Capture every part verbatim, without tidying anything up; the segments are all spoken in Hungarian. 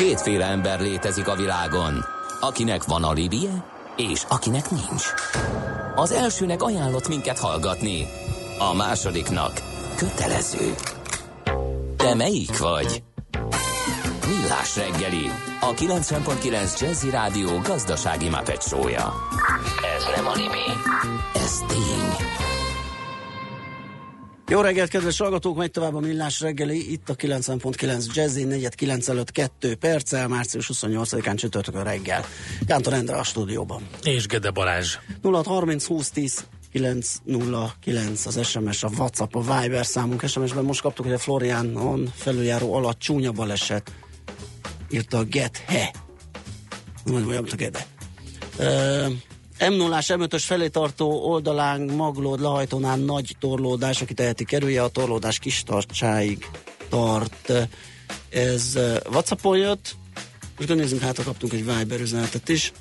Kétféle ember létezik a világon, akinek van alibije, és akinek nincs. Az elsőnek ajánlott minket hallgatni, a másodiknak kötelező. Te melyik vagy? Millás reggeli, a kilencven pont kilenc Jazzy Rádió gazdasági Muppet show-ja. Ez nem anime, ez tény. Jó reggelt, kedves hallgatók, megy tovább a Millás reggeli, itt a kilencven pont kilenc Jazzy, negyed kilenc előtt kettő perccel, március huszonnyolcadikán csütörtökön reggel. Kántor Endre a stúdióban. És Gede Balázs. nulla harminc húsz tíz kilenc nulla kilenc az es em es, a WhatsApp, a Viber számunk. es em es-ben most kaptuk, hogy a Floriánon felüljáró alatt csúnya baleset, írta a Gethe. Nem olyan, mint a Gede. Uh, em nullás, em ötös felé tartó oldalán Maglód lehajtónál nagy torlódás, aki teheti kerülje, a torlódás Kistarcsáig tart. Ez uh, WhatsAppon jött, most nézzünk, hát kaptunk egy Viber üzenetet is.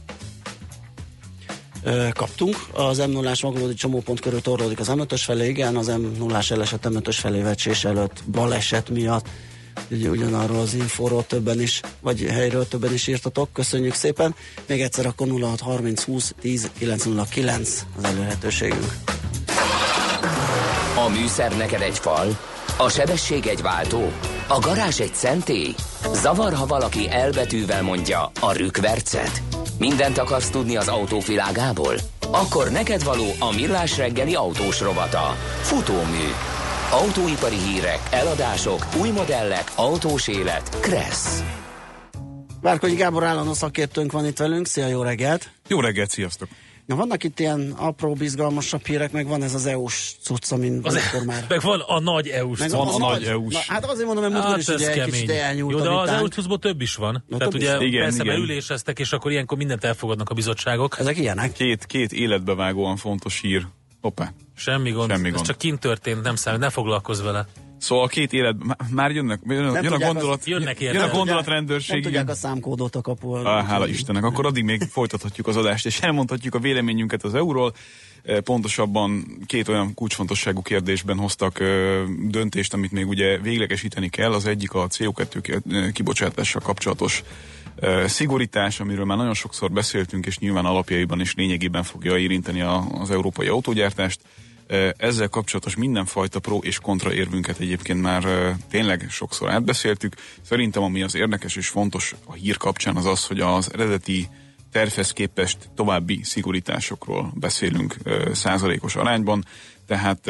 Uh, kaptunk, az em nullás Maglódi csomópont körül torlódik az em ötös felé, igen, az em nullás elesett em ötös felé vecsés előtt baleset miatt. Ugye, ugyanarról az infóról többen is, vagy helyről többen is írtatok, köszönjük szépen. Még egyszer akkor nulla hat harminc húsz tíz kilenc nulla kilenc az elérhetőségünk. A műszer neked egy fal, a sebesség egy váltó, a garázs egy szentély. Zavar, ha valaki elbetűvel mondja a rükvercet. Mindent akarsz tudni az autóvilágából? Akkor neked való a Millás reggeli autós rovata. Futómű. Autóipari hírek, eladások, új modellek, autós élet. Kressz. Várkonyi Gábor állandó szakértőnk van itt velünk. Szia, jó reggelt! Jó reggelt, sziasztok! Na, vannak itt ilyen apró, bizgalmasabb hírek, meg van ez az é u-s cucc, amin amikor már... Meg van a nagy é u-s cucc. Van a nagy é u-s. Na, hát azért mondom, mert múltkor is ugye egy kicsit elnyúlt. Jó, de az é u-s cuccból több is van. No, Tehát ugye igen, persze igen. beüléseztek, és akkor ilyenkor mindent elfogadnak a bizottságok. Ezek ilyenek? Két, két életbevágóan fontos hír. Hoppá. Semmi gond. Semmi Ez gond. csak kint történt, nem számít, ne foglalkozz vele. Szóval két élet, már jönnek, jön, jön a gondolat, az, jönnek jön a gondolatrendőrség. Nem tudják a számkódot a kapuval. Ah, hála Istennek, akkor addig még folytathatjuk az adást, és elmondhatjuk a véleményünket az é u-ról. Pontosabban két olyan kulcsfontosságú kérdésben hoztak ö, döntést, amit még ugye véglegesíteni kell. Az egyik a cé o kettő kibocsátással kapcsolatos ö, szigorítás, amiről már nagyon sokszor beszéltünk, és nyilván alapjaiban és lényegében fogja érinteni a, az európai autógyártást. Ezzel kapcsolatos mindenfajta pro és kontra érvünket egyébként már tényleg sokszor átbeszéltük. Szerintem ami az érdekes és fontos a hír kapcsán az az, hogy az eredeti tervhez képest további szigorításokról beszélünk százalékos arányban, tehát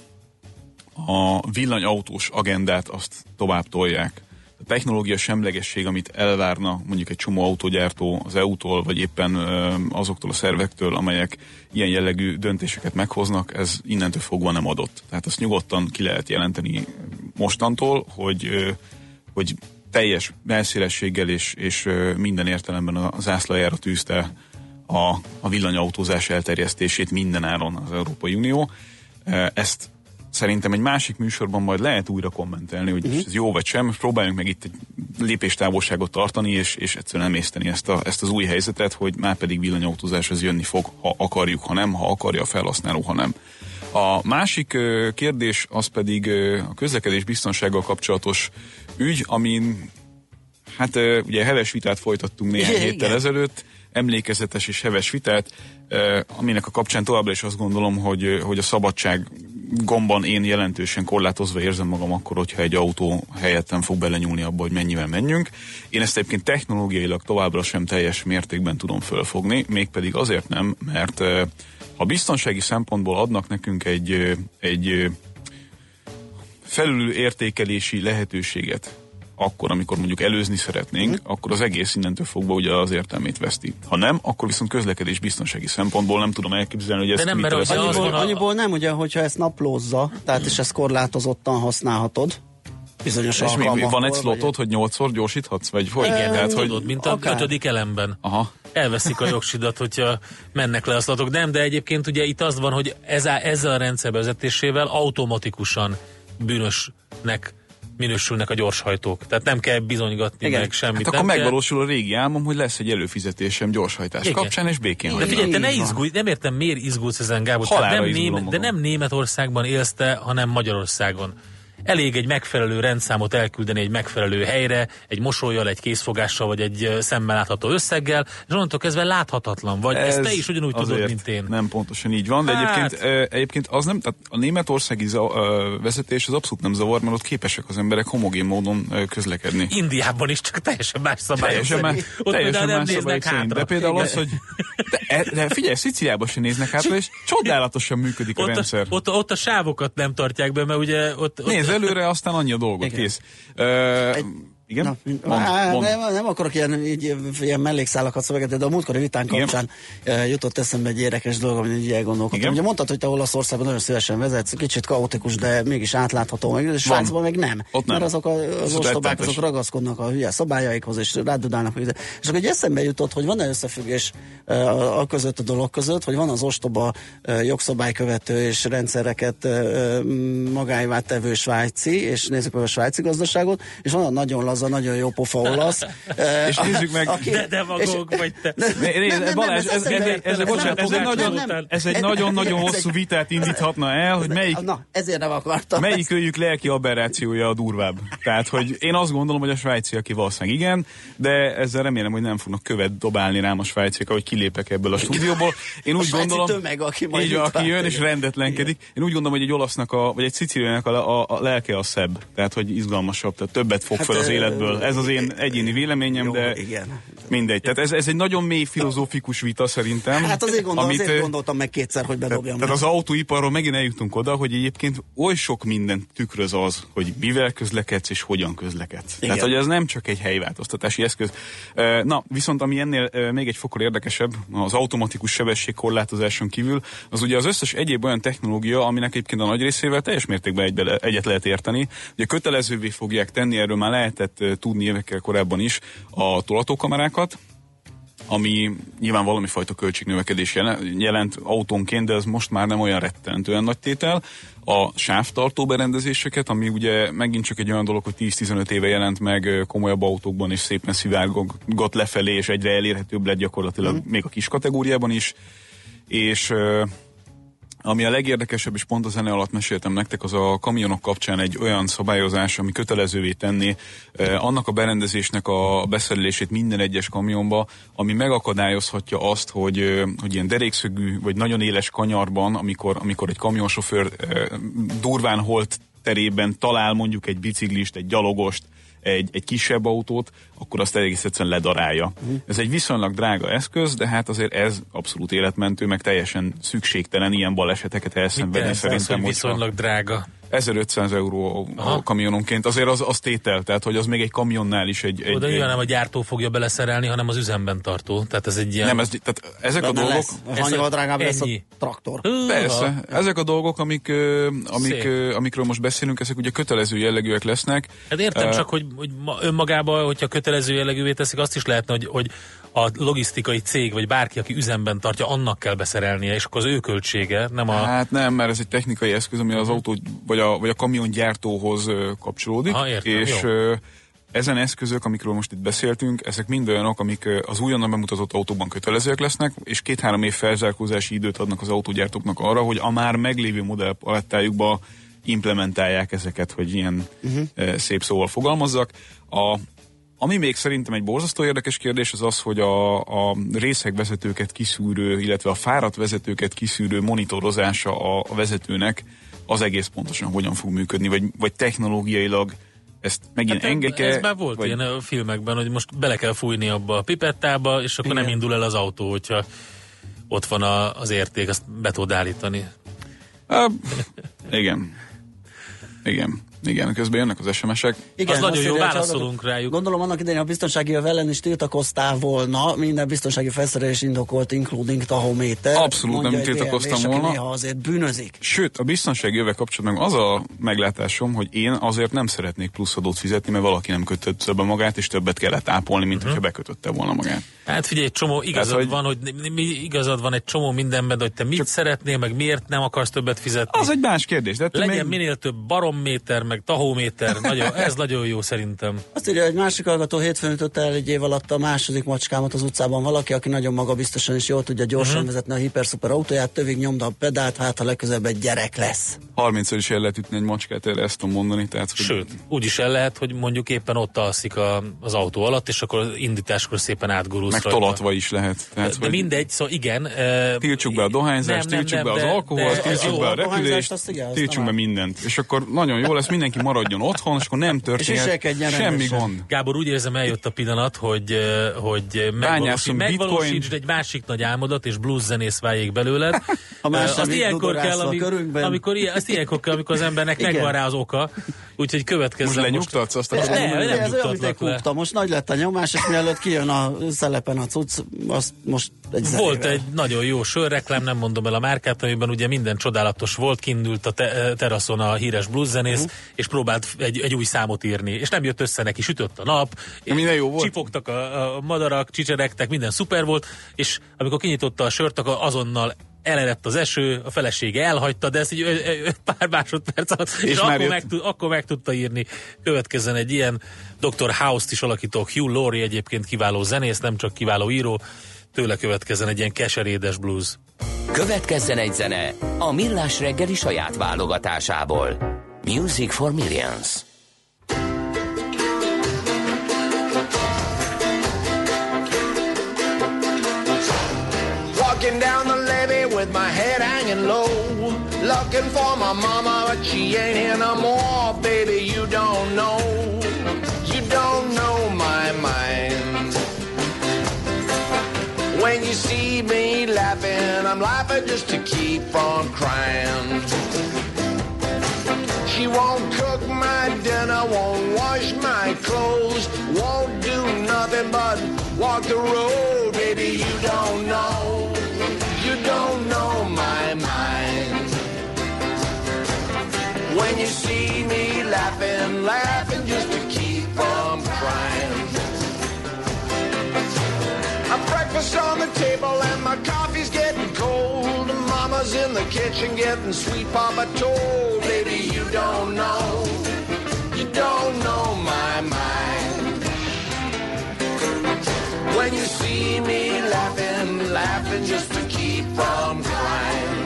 a villanyautós agendát azt tovább tolják. A technológia semlegesség, amit elvárna mondjuk egy csomó autógyártó az é u-tól, vagy éppen ö, azoktól a szervektől, amelyek ilyen jellegű döntéseket meghoznak, ez innentől fogva nem adott. Tehát azt nyugodtan ki lehet jelenteni mostantól, hogy, ö, hogy teljes melszélességgel és, és ö, minden értelemben a zászlajára tűzte a, a villanyautózás elterjesztését minden áron az Európai Unió. Ezt szerintem egy másik műsorban majd lehet újra kommentelni, hogy uh-huh. ez jó vagy sem. Próbáljunk meg itt egy lépéstávolságot tartani, és, és egyszerűen emészteni ezt, a, ezt az új helyzetet, hogy már pedig villanyautózáshoz jönni fog, ha akarjuk, ha nem, ha akarja a felhasználó, ha nem. A másik uh, kérdés az pedig uh, a közlekedés biztonsággal kapcsolatos ügy, amin hát uh, ugye heves vitát folytattunk néhány Igen. héttel ezelőtt, emlékezetes és heves vitát, uh, aminek a kapcsán továbbra is azt gondolom, hogy, uh, hogy a szabadság gomban én jelentősen korlátozva érzem magam akkor, hogyha egy autó helyettem fog belenyúlni abba, hogy mennyivel menjünk. Én ezt egyébként technológiailag továbbra sem teljes mértékben tudom fölfogni, mégpedig azért nem, mert ha biztonsági szempontból adnak nekünk egy, egy felülértékelési lehetőséget, akkor, amikor mondjuk előzni szeretnénk, mm. akkor az egész innentől fogva ugye az értelmét veszti. Ha nem, akkor viszont közlekedés biztonsági szempontból nem tudom elképzelni, hogy ezt nem, mitől mert lesz. Annyiból, annyiból nem, ugye, hogyha ezt naplózza, tehát és ezt korlátozottan használhatod, bizonyos és mi, alkalmakkor. van egy slotod, hogy nyolcszor gyorsíthatsz? Vagy hogy? Igen, tehát, hogy tudod, mint a akár. ötödik elemben. Aha. Elveszik a jogsidat, hogyha mennek le a szlotok. Nem, de egyébként ugye itt az van, hogy ez a, ezzel a rendszer vezetésével automatikusan bűnösnek minősülnek a gyorshajtók. Tehát nem kell bizonygatni Igen. meg semmit. Hát akkor nem megvalósul a régi álmom, hogy lesz egy előfizetésem gyorshajtás Igen. kapcsán, és békén De hagyom. figyelj, te ne Így van. izgulj, nem értem, miért izgulsz ezen, Gábor. Halálra Tehát nem izgulom Ném, de magam. nem Németországban élsz te, hanem Magyarországon. elég egy megfelelő rendszámot elküldeni egy megfelelő helyre, egy mosollyal, egy készfogással, vagy egy szemmel látható összeggel, és onnantól kezdve láthatatlan vagy. Ez ezt te is ugyanúgy tudod, mint én. Nem pontosan így van, de hát... egyébként, egyébként az nem, tehát a németországi vezetés az abszolút nem zavar, mert ott képesek az emberek homogén módon közlekedni. Indiában is, csak teljesen más szabályok teljesen szerint. Más, ott teljesen más szabályok szerint. De például az, hogy de, de figyelj, Szicíliában sem néznek hátra, és csodálatosan működik a ott rendszer. A, ott, a, ott a sávokat nem tartják be, mert ugye ott... ott nézd előre, aztán annyi a dolgot, igen. Kész. Uh, Egy... Igen? Na, mond, á, mond. Nem, nem akarok ilyen, így, ilyen mellékszálakat szövegetni, de a múltkori vitán kapcsán uh, jutott eszembe egy érdekes dolog, amit így elgondolkodtam. Ugye mondtad, hogy te Olaszországban nagyon szívesen vezetsz, kicsit kaotikus, de mégis átlátható, meg, és Svájcban meg nem. Ott nem. Mert azok a, az ostobák, azok ragaszkodnak a hülye szabályaikhoz, és rádudálnak. És akkor egy eszembe jutott, hogy van-e összefüggés uh, a között a dolog között, hogy van az ostoba uh, jogszabálykövető és rendszereket uh, magáévá tevő svájci, és nézzük meg a svájci gazdaságot, és van a nagyon laza, nagyon jó pofa olasz. És nézzük meg... Aki, de demagóg vagy te. Balázs, ez egy nagyon-nagyon hosszú vitát indíthatna el, hogy melyik... Na, ezért nem akartam. Melyik őjük lelki aberrációja a durvább. Tehát, hogy én azt gondolom, hogy a svájciak valószínűleg igen, de ezzel remélem, hogy nem fognak követ dobálni rám a svájciak, ahogy kilépek ebből a stúdióból. Én úgy a gondolom, tömeg, aki, majd így, aki jön és rendetlenkedik. Én úgy gondolom, hogy egy olasznak, a, vagy egy szicíliainak a, a, a lelke a szebb. Tehát, hogy izgalmasabb, tehát többet fog hát, fel az életből. Ez az én egyéni véleményem, jó, de igen. Mindegy. Tehát ez, ez egy nagyon mély filozófikus vita szerintem. Hát azért, gondol, amit, azért gondoltam meg kétszer, hogy bedobjam. Tehát az autóiparról megint eljutunk oda, hogy egyébként oly sok mindent tükröz az, hogy mivel közlekedsz és hogyan közlekedsz. Igen. Tehát, hogy ez nem csak egy helyváltoztatási eszköz. Na, viszont ami ennél még egy fokkal érdekesebb, az automatikus sebességkorlátozáson kívül, az ugye az összes egyéb olyan technológia, aminek egyébként a nagy részével teljes mértékben egybe, egyet lehet érteni. Ugye kötelezővé fogják tenni, erről már lehetett tudni évekkel korábban is, a tolatókamerákat, ami nyilván valami fajta költségnövekedés jelent autónként, de ez most már nem olyan rettentően nagy tétel. A sávtartó berendezéseket, ami ugye megint csak egy olyan dolog, hogy tíz-tizenöt éve jelent meg komolyabb autókban, és szépen szivárgott lefelé, és egyre elérhetőbb lett gyakorlatilag mm. még a kis kategóriában is. És ami a legérdekesebb, és pont a zene alatt meséltem nektek, az a kamionok kapcsán egy olyan szabályozás, ami kötelezővé tenni eh, annak a berendezésnek a beszerelését minden egyes kamionba, ami megakadályozhatja azt, hogy, eh, hogy ilyen derékszögű, vagy nagyon éles kanyarban, amikor, amikor egy kamionsofőr eh, durván holt terében talál mondjuk egy biciklist, egy gyalogost, egy, egy kisebb autót, akkor azt egész egyszerűen ledarálja. Uh-huh. Ez egy viszonylag drága eszköz, de hát azért ez abszolút életmentő, meg teljesen szükségtelen ilyen baleseteket elszenvedni szerintem. Az, viszonylag drága. ezerötszáz euró a, a kamiononként, azért az, az tétel, tehát hogy az még egy kamionnál is egy... egy de nyilván nem a gyártó fogja beleszerelni, hanem az üzemben tartó, tehát ez egy ilyen... Nem, ez, tehát ezek a dolgok... Annyival drágább lesz a traktor. Persze, ezek a dolgok, amik, amik, amikről most beszélünk, ezek ugye kötelező jellegűek lesznek. Hát értem, uh, csak hogy, hogy önmagában, hogyha kötelező jellegűvé teszik, azt is lehetne, hogy, hogy a logisztikai cég, vagy bárki, aki üzemben tartja, annak kell beszerelnie, és akkor az ő költsége, nem a... Hát nem, mert ez egy technikai eszköz, ami az autó, vagy a, vagy a kamiongyártóhoz kapcsolódik, ha, értem, és jó. Ezen eszközök, amikről most itt beszéltünk, ezek mind olyanok, amik az újonnan bemutatott autóban kötelezőek lesznek, és két-három év felzárkózási időt adnak az autógyártóknak arra, hogy a már meglévő modellpalettájukba implementálják ezeket, hogy ilyen uh-huh. szép szóval fogalmazzak. A Ami még szerintem egy borzasztó érdekes kérdés, az az, hogy a, a részegvezetőket kiszűrő, illetve a fáradt vezetőket kiszűrő monitorozása a, a vezetőnek az egész pontosan hogyan fog működni, vagy, vagy technológiailag ezt megint hát engedke... Ez már volt vagy... ilyen a filmekben, hogy most bele kell fújni abba a pipettába, és akkor igen. nem indul el az autó, hogyha ott van a, az érték, azt be tud állítani. Uh, igen. Igen. Igen, közben jönnek az es em esek. Igen, az nagyon jó, válaszolunk rájuk. Gondolom annak idején a biztonsági ellen is tiltakoztál volna, minden biztonsági felszerelés indokolt, including tachométer. Abszolút nem tiltakoztam volna. Néha azért bűnözik. Sőt, a biztonsági jöve kapcsolatban az a meglátásom, hogy én azért nem szeretnék plusz adót fizetni, mert valaki nem kötötte be magát, és többet kellett ápolni, mint uh-huh. hogyha bekötötte volna magát. Hát figyelj, egy csomó igazad Tehát, van, hogy mi, igazad van egy csomó mindenben, hogy te mit csak szeretnél, meg miért nem akarsz többet fizetni. Az egy más kérdés. De legyen még... minél több baromméter, meg tahóméter, nagyon, ez nagyon jó szerintem. Azt írja, hogy másik hallgató hétfőn ütötte el egy év alatt a második macskámat az utcában valaki, aki nagyon magabiztosan és jól tudja gyorsan uh-huh. vezetni a hiperszuper autóját, tövig nyomda a pedált, hát ha legközelebb egy gyerek lesz. harmincszor is el lehet ütni egy macskát, erre ezt tudom mondani. Tehát, hogy... Sőt, úgy is el lehet, hogy mondjuk éppen ott alszik a, az autó alatt, és akkor indításkor szépen átgurulsz meg rajta. tolatva is lehet. Tehát, de, de mindegy, szóval igen. Tiltsuk be a dohányzást, nem, nem, tiltsuk nem, be az de, alkoholt, tiltsuk be a repülést, igen, tiltsuk be mindent. És akkor nagyon jó lesz, mindenki maradjon otthon, és akkor nem történhet semmi gond. Gábor, úgy érzem, eljött a pillanat, hogy, hogy megvalósítsd, megvalósítsd egy másik nagy álmodat, és blues zenész váljék belőled. Azt ilyenkor kell, amikor, amikor, azt ilyenkor kell, amikor az embernek igen. megvan rá az oka. Úgyhogy következzen most. Lenyugtatsz azt most. akarom Ne, nem ez olyan, mint egy kúpta. Most nagy lett a nyomás, és mielőtt kijön a szelepen a cucc, azt most egy zenével. Volt egy nagyon jó sörreklám, nem mondom el a márkát, amiben ugye minden csodálatos volt, kiindult a te- teraszon a híres blueszenész, uh-huh. és próbált egy, egy új számot írni. És nem jött össze neki, sütött a nap, minden jó volt. Csipogtak a, a madarak, csicseregtek, minden szuper volt, és amikor kinyitotta a sört, akkor azonnal elerett az eső, a felesége elhagyta, de ezt így pár másodperc alatt, és, és akkor, meg, akkor meg tudta írni. Következzen egy ilyen doktor House-t is alakító Hugh Laurie, egyébként kiváló zenész, nem csak kiváló író, tőle következzen egy ilyen keserédes blues. Következzen egy zene a Millás reggeli saját válogatásából. Music for Millions. Walking down the levee with my head hanging low, looking for my mama, but she ain't here no more. Baby, you don't know, you don't know my mind. When you see me laughing, I'm laughing just to keep from crying. She won't cook my dinner, won't wash my clothes, won't do nothing but walk the road. Baby, you don't know, you don't know my mind. When you see me laughing, laughing just to keep from crying. A breakfast on the table and my coffee's getting cold. Mama's in the kitchen getting sweet Papa told. Baby, you don't know, you don't know my mind. When you see me laughing, laughing just to keep from crying.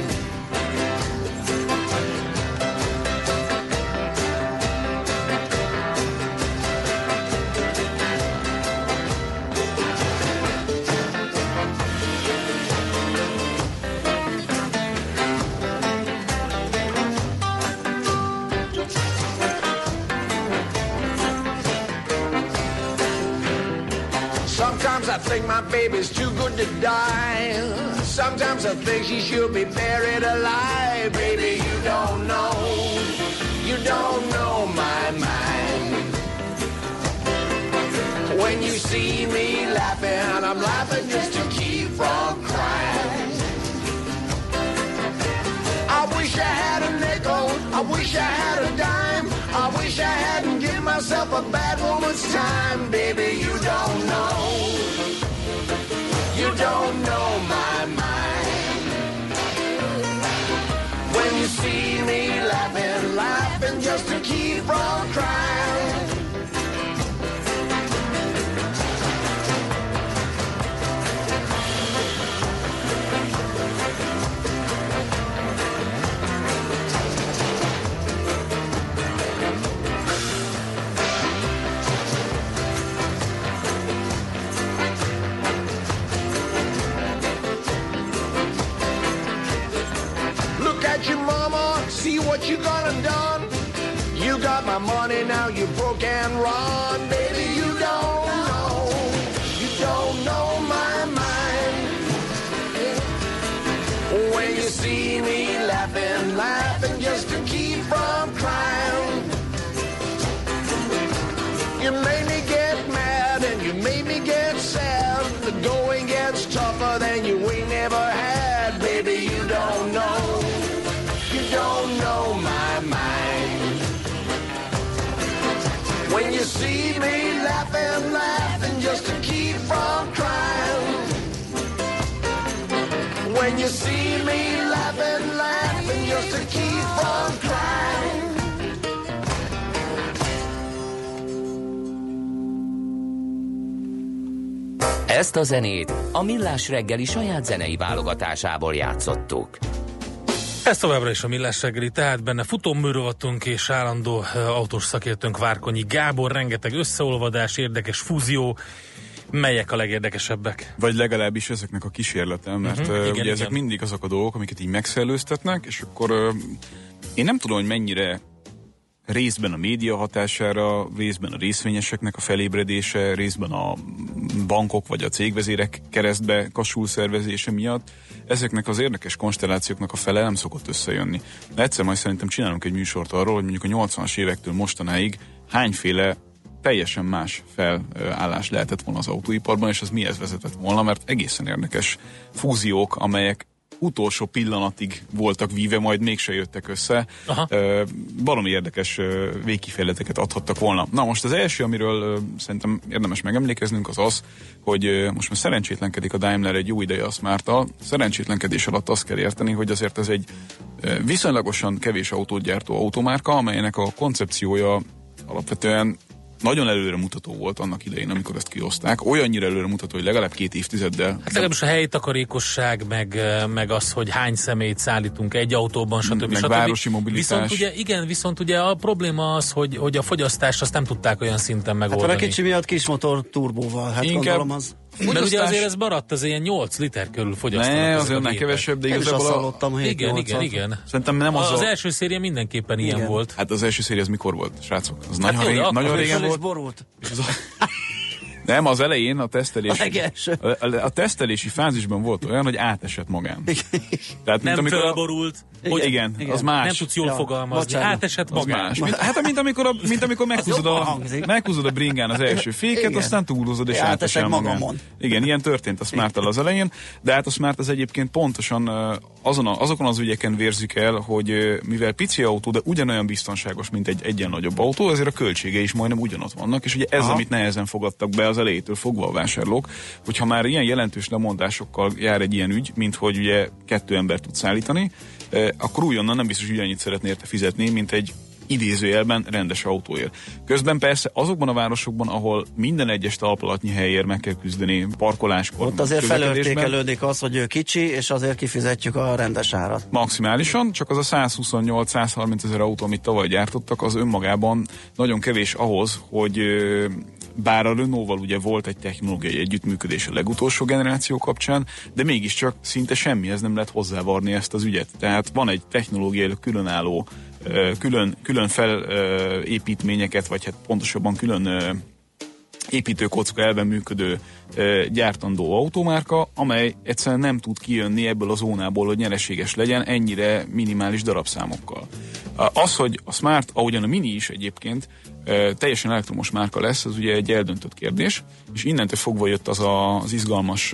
Sometimes I think my baby's too good to die. Sometimes I think she should be buried alive. Baby, you don't know, you don't know my mind. When you see me laughing, I'm laughing just to keep from crying. I wish I had a nickel, I wish I had a dime, I wish I hadn't given myself a bad woman's time. Baby, you don't know, you don't know my mind. When you see me laughing, laughing just to keep from crying. Your mama, see what you gonna done. You got my money, now you broke and run. Baby, you don't know, you don't know my mind. When you see me laughing, laughing just to keep from crying. You made me get mad and you made me get sad. The going gets tougher than you ain't never had. Baby, you don't know, you don't know my mind. When you see me laughing, laughing just to keep from crying. When you see me laughing, laughing just to keep from crying. Ezt a zenét a Millás reggeli saját zenei válogatásából játszottuk. Ez továbbra is a Millás reggeli, tehát benne futóműrovatunk és állandó autós szakértőnk Várkonyi Gábor, rengeteg összeolvadás, érdekes fúzió. Melyek a legérdekesebbek? Vagy legalábbis ezeknek a kísérlete, mert uh-huh, uh, igen, ugye igen. ezek mindig azok a dolgok, amiket így megszellőztetnek, és akkor uh, én nem tudom, hogy mennyire részben a média hatására, részben a részvényeseknek a felébredése, részben a bankok vagy a cégvezérek keresztbe kasul szervezése miatt ezeknek az érdekes konstellációknak a fele nem szokott összejönni. De egyszer majd szerintem csinálunk egy műsort arról, hogy mondjuk a nyolcvanas évektől mostanáig hányféle teljesen más felállás lehetett volna az autóiparban, és az mihez vezetett volna, mert egészen érdekes fúziók, amelyek utolsó pillanatig voltak víve, majd mégse jöttek össze. Uh, valami érdekes uh, végkifejleteket adhattak volna. Na most az első, amiről uh, szerintem érdemes megemlékeznünk, az az, hogy uh, most már szerencsétlenkedik a Daimler egy jó ideje a Smart-tal. Szerencsétlenkedés alatt azt kell érteni, hogy azért ez egy uh, viszonylagosan kevés autót gyártó automárka, amelynek a koncepciója alapvetően nagyon előremutató volt annak idején, amikor ezt kihozták. Olyannyira előremutató, hogy legalább két évtizeddel. Hát legalábbis a helytakarékosság, meg, meg az, hogy hány személyt szállítunk egy autóban, stb. Meg stb. Városi mobilitás. Viszont ugye, igen, viszont ugye a probléma az, hogy, hogy a fogyasztást azt nem tudták olyan szinten megoldani. Hát a kicsi miatt kismotor turbóval, hát Inkább gondolom az... Mert ugye azért ez maradt, az ilyen nyolc liter körül fogyasztanak. Ne, ezek azért a nem gépek. kevesebb, de Én is azt igazából a... hallottam, hogy Igen, igen, igen. Szerintem nem az, az a... első széria mindenképpen ilyen Igen. volt. Hát az első széria az mikor volt, srácok? Az Hát nagyon, jó, rég, akkor nagyon még régen Föl is volt. borult. Nem, az elején a tesztelés, A legelső. a, a, a tesztelési fázisban volt olyan, hogy átesett magán. Tehát, Nem amikor a- fölborult, hogy igen, igen. az más. nem tudsz jól Ja, fogalmazni. bocsánat. Átesett Az magán. más. Mint, hát mint amikor, a, mint amikor meghúzod, jobban a, hangzik. meghúzod a bringán az első féket, Igen. aztán túlhúzod és Átesek átesel magán. magamon. Igen, ilyen történt a Smart-tal az elején, de hát a Smart az egyébként pontosan uh, azon a, azokon az ügyeken vérzik el, hogy uh, mivel pici autó, de ugyanolyan biztonságos, mint egy egyen nagyobb autó, ezért a költsége is majdnem ugyanott vannak, és ugye ez, Aha. amit nehezen fogadtak be az elejétől fogva a vásárlók, hogyha már ilyen jelentős lemondásokkal jár egy ilyen ügy, mint hogy ugye kettő ember tud szállítani, uh, akkor újonnan nem biztos, hogy annyit szeretné érte fizetni, mint egy idézőjelben rendes autóért. Közben persze azokban a városokban, ahol minden egyes talpalatnyi helyért meg kell küzdeni, parkoláskor, Ott azért közlekedésben, felértékelődik az, hogy ő kicsi, és azért kifizetjük a rendes árat. maximálisan, csak az a százhuszonnyolc-százharminc ezer autó, amit tavaly gyártottak, az önmagában nagyon kevés ahhoz, hogy ö, bár a Renault-val ugye volt egy technológiai együttműködés a legutolsó generáció kapcsán, de mégiscsak szinte semmihez nem lehet hozzávarni ezt az ügyet. Tehát van egy technológiai különálló külön, külön felépítményeket, vagy hát pontosabban külön építőkocka elven működő gyártandó automárka, amely egyszerűen nem tud kijönni ebből a zónából, hogy nyereséges legyen ennyire minimális darabszámokkal. Az, hogy a Smart, ahogyan a Mini is egyébként teljesen elektromos márka lesz, az ugye egy eldöntött kérdés, és innentől fogva jött az a, az izgalmas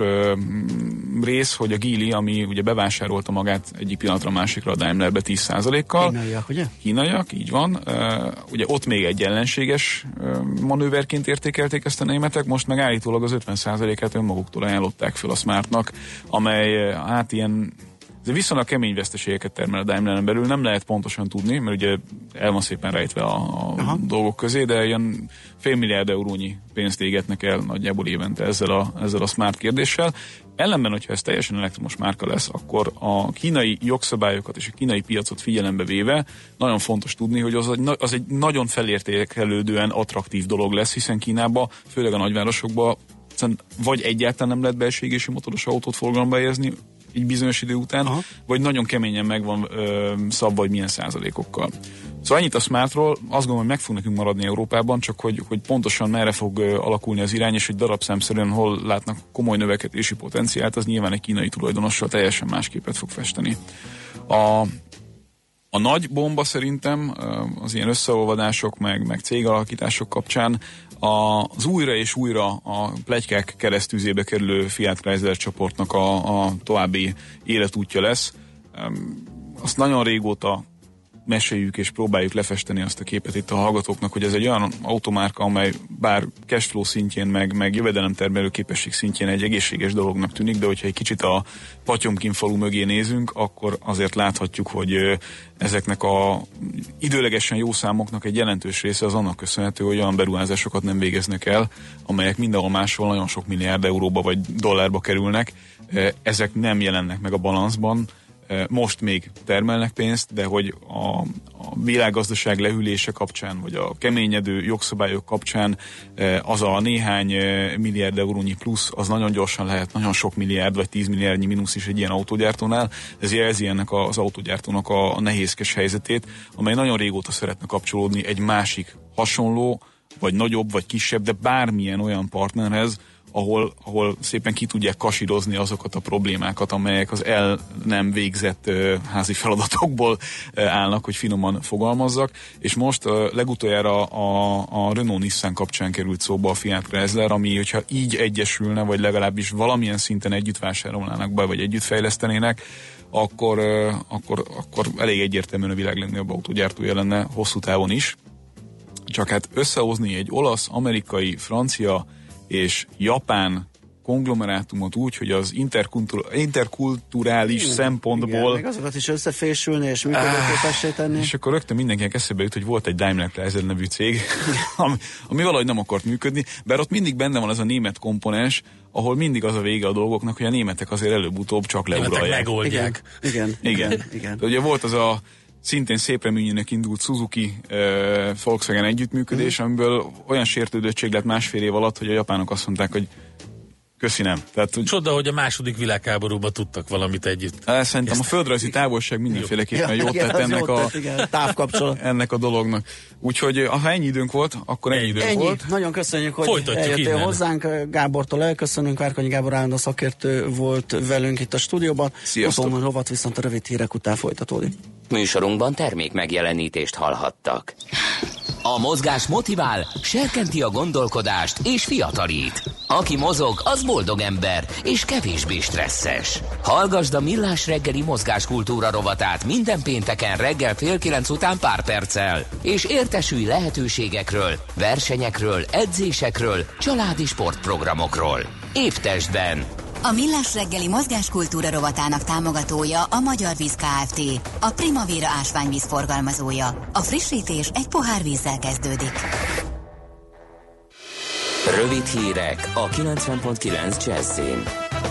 rész, hogy a Geely, ami ugye bevásárolta magát egyik pillanatra a másikra a Daimlerbe tíz százalékkal. Kínaiak, ugye? Kínaiak, így van. Ugye ott még egy ellenséges manőverként értékelték ezt a németek, most meg állítólag az ötven százalékát önmaguktól ajánlották fel a Smartnak, amely hát ilyen de viszonylag kemény veszteségeket termel a Daimleren belül, nem lehet pontosan tudni, mert ugye el van szépen rejtve a, a dolgok közé, de ilyen fél milliárd eurónyi pénzt égetnek el nagyjából évente ezzel a, ezzel a Smart kérdéssel. Ellenben, hogyha ez teljesen elektromos márka lesz, akkor a kínai jogszabályokat és a kínai piacot figyelembe véve nagyon fontos tudni, hogy az, az egy nagyon felértékelődően attraktív dolog lesz, hiszen Kínában, főleg a nagyvárosokban vagy egyáltalán nem lehet belső égési motoros autót forgalomba helyezni, így bizonyos idő után, aha, vagy nagyon keményen meg van ö, szabva, hogy milyen százalékokkal. Szóval ennyit a Smartról, azt gondolom, hogy meg fog nekünk maradni Európában, csak hogy, hogy pontosan merre fog ö, alakulni az irány, és hogy darabszámszerűen hol látnak komoly növekedési potenciált, az nyilván egy kínai tulajdonossal teljesen más képet fog festeni. A A nagy bomba szerintem az ilyen összeolvadások, meg, meg cégalakítások kapcsán az újra és újra a pletykák keresztüzébe kerülő Fiat Chrysler csoportnak a, a további életútja lesz. Azt nagyon régóta meséljük és próbáljuk lefesteni azt a képet itt a hallgatóknak, hogy ez egy olyan automárka, amely bár cashflow szintjén, meg, meg jövedelemtermelő képesség szintjén egy egészséges dolognak tűnik, de hogyha egy kicsit a Patyomkin falu mögé nézünk, akkor azért láthatjuk, hogy ezeknek a időlegesen jó számoknak egy jelentős része az annak köszönhető, hogy olyan beruházásokat nem végeznek el, amelyek mindenhol máshol nagyon sok milliárd euróba vagy dollárba kerülnek. Ezek nem jelennek meg a balanszban. Most még termelnek pénzt, de hogy a, a világgazdaság lehűlése kapcsán, vagy a keményedő jogszabályok kapcsán az a néhány milliárd eurónyi plusz, az nagyon gyorsan lehet, nagyon sok milliárd, vagy tíz milliárdnyi mínusz is egy ilyen autógyártónál. Ez jelzi ennek az autógyártónak a nehézkes helyzetét, amely nagyon régóta szeretne kapcsolódni egy másik hasonló, vagy nagyobb, vagy kisebb, de bármilyen olyan partnerhez, ahol, ahol szépen ki tudják kasírozni azokat a problémákat, amelyek az el nem végzett uh, házi feladatokból uh, állnak, hogy finoman fogalmazzak. És most uh, legutoljára a, a Renault-Nissan kapcsán került szóba a Fiat Chrysler, ami, hogyha így egyesülne, vagy legalábbis valamilyen szinten együtt vásárolnának be, vagy együtt fejlesztenének, akkor, uh, akkor, akkor elég egyértelműen a világ legnagyobb autógyártója lenne hosszú távon is. Csak hát összehozni egy olasz, amerikai, francia és japán konglomerátumot úgy, hogy az interkultur- interkulturális uh, szempontból... Igen, meg azokat is összefésülni és működőképessé tenni. És akkor rögtön mindenkinek eszébe jut, hogy volt egy Daimler Chrysler nevű cég, ami, ami valahogy nem akart működni, bár ott mindig benne van ez a német komponens, ahol mindig az a vége a dolgoknak, hogy a németek azért előbb-utóbb csak leuralják. Megoldják. Igen, igen. igen. igen. De ugye volt az a szintén szép reményének indult Suzuki uh, Volkswagen együttműködés, mm. amiből olyan sértődöttség lett másfél év alatt, hogy a japánok azt mondták, hogy köszi nem. Tehát, hogy csoda, hogy a második világháborúban tudtak valamit együtt. Szerintem Ezt... a földrajzi távolság mindenféleképpen jó. jót tett ennek, jót tett, a, igen, távkapcsolat. ennek a dolognak. Úgyhogy ha ennyi időnk volt, akkor ennyi időnk ennyi. volt. Nagyon köszönjük, hogy Folytatjuk eljöttél innen. hozzánk. Gábortól elköszönünk, Várkonyi Gábor állandó szakértő volt velünk itt a stúdióban. Sziasztok! Rovat viszont a rövid hírek után folytatódik. Műsorunkban termék megjelenítést hallhattak. A mozgás motivál, serkenti a gondolkodást és fiatalít. Aki mozog, az boldog ember és kevésbé stresszes. Hallgasd a Millás reggeli mozgáskultúra rovatát minden pénteken reggel fél kilenc után pár perccel, és értesülj lehetőségekről, versenyekről, edzésekről, családi sportprogramokról. Épp testben. A Millás reggeli mozgáskultúra rovatának támogatója a Magyar Víz Kft. A Primavera ásványvíz forgalmazója. A frissítés egy pohár vízzel kezdődik. Rövid hírek a kilencven pont kilenc Jazzin.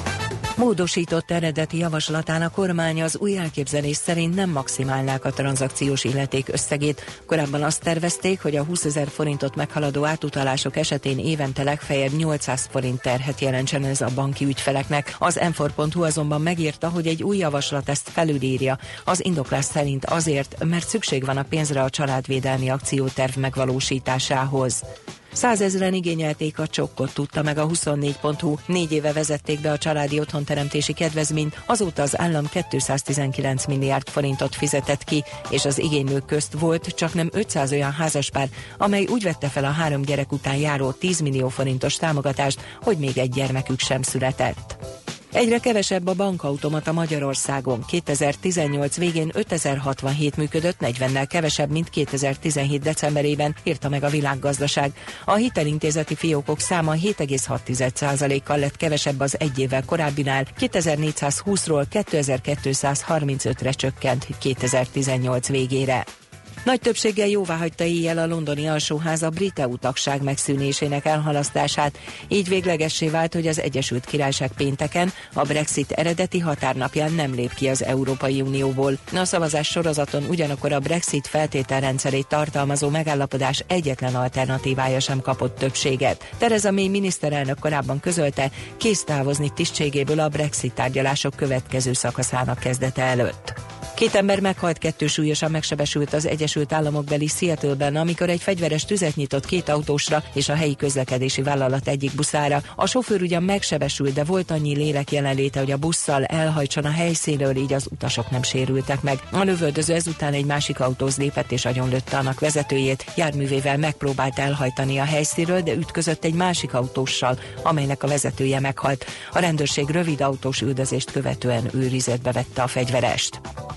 Módosított eredeti javaslatán a kormány az új elképzelés szerint nem maximálnák a tranzakciós illeték összegét. Korábban azt tervezték, hogy a húszezer forintot meghaladó átutalások esetén évente legfeljebb nyolcszáz forint terhet jelentsen ez a banki ügyfeleknek. Az m négy pont hu azonban megírta, hogy egy új javaslat ezt felülírja. Az indoklás szerint azért, mert szükség van a pénzre a családvédelmi akcióterv megvalósításához. Százezren igényelték a csokkot, tudta meg a huszonnégy pont hu. Négy éve vezették be a családi otthonteremtési kedvezményt, azóta az állam kétszáztizenkilenc milliárd forintot fizetett ki, és az igénylők közt volt csak nem ötszáz olyan házaspár, amely úgy vette fel a három gyerek után járó tíz millió forintos támogatást, hogy még egy gyermekük sem született. Egyre kevesebb a bankautomata Magyarországon. kétezer-tizennyolc végén ötezer-hatvanhét működött, negyvennel kevesebb, mint kétezer-tizenhét decemberében, írta meg a Világgazdaság. A hitelintézeti fiókok száma hét egész hat százalékkal lett kevesebb az egy évvel korábbinál, kétezer-négyszázhúszról kétezer-kétszázharmincötre csökkent kétezer-tizennyolc végére. Nagy többséggel jóváhagyta éjjel a londoni alsóház a brit é u tagság megszűnésének elhalasztását. Így véglegessé vált, hogy az Egyesült Királyság pénteken, a Brexit eredeti határnapján nem lép ki az Európai Unióból. A szavazás sorozaton ugyanakkor a Brexit feltételrendszerét tartalmazó megállapodás egyetlen alternatívája sem kapott többséget. Theresa May miniszterelnök korábban közölte, kész távozni tisztségéből a Brexit tárgyalások következő szakaszának kezdete előtt. Két ember meghalt, kettő súlyosan megsebesült az Egyesült Államok beli Seattle-ben, amikor egy fegyveres tüzet nyitott két autósra és a helyi közlekedési vállalat egyik buszára. A sofőr ugyan megsebesült, de volt annyi lélek jelenléte, hogy a busszal elhajtson a helyszínről, így az utasok nem sérültek meg. A lövöldöző ezután egy másik autóhoz lépett és agyonlőtte annak vezetőjét. Járművével megpróbált elhajtani a helyszínről, de ütközött egy másik autóssal, amelynek a vezetője meghalt. A rendőrség rövid autós üldözést követően őrizetbe vette a fegyverest.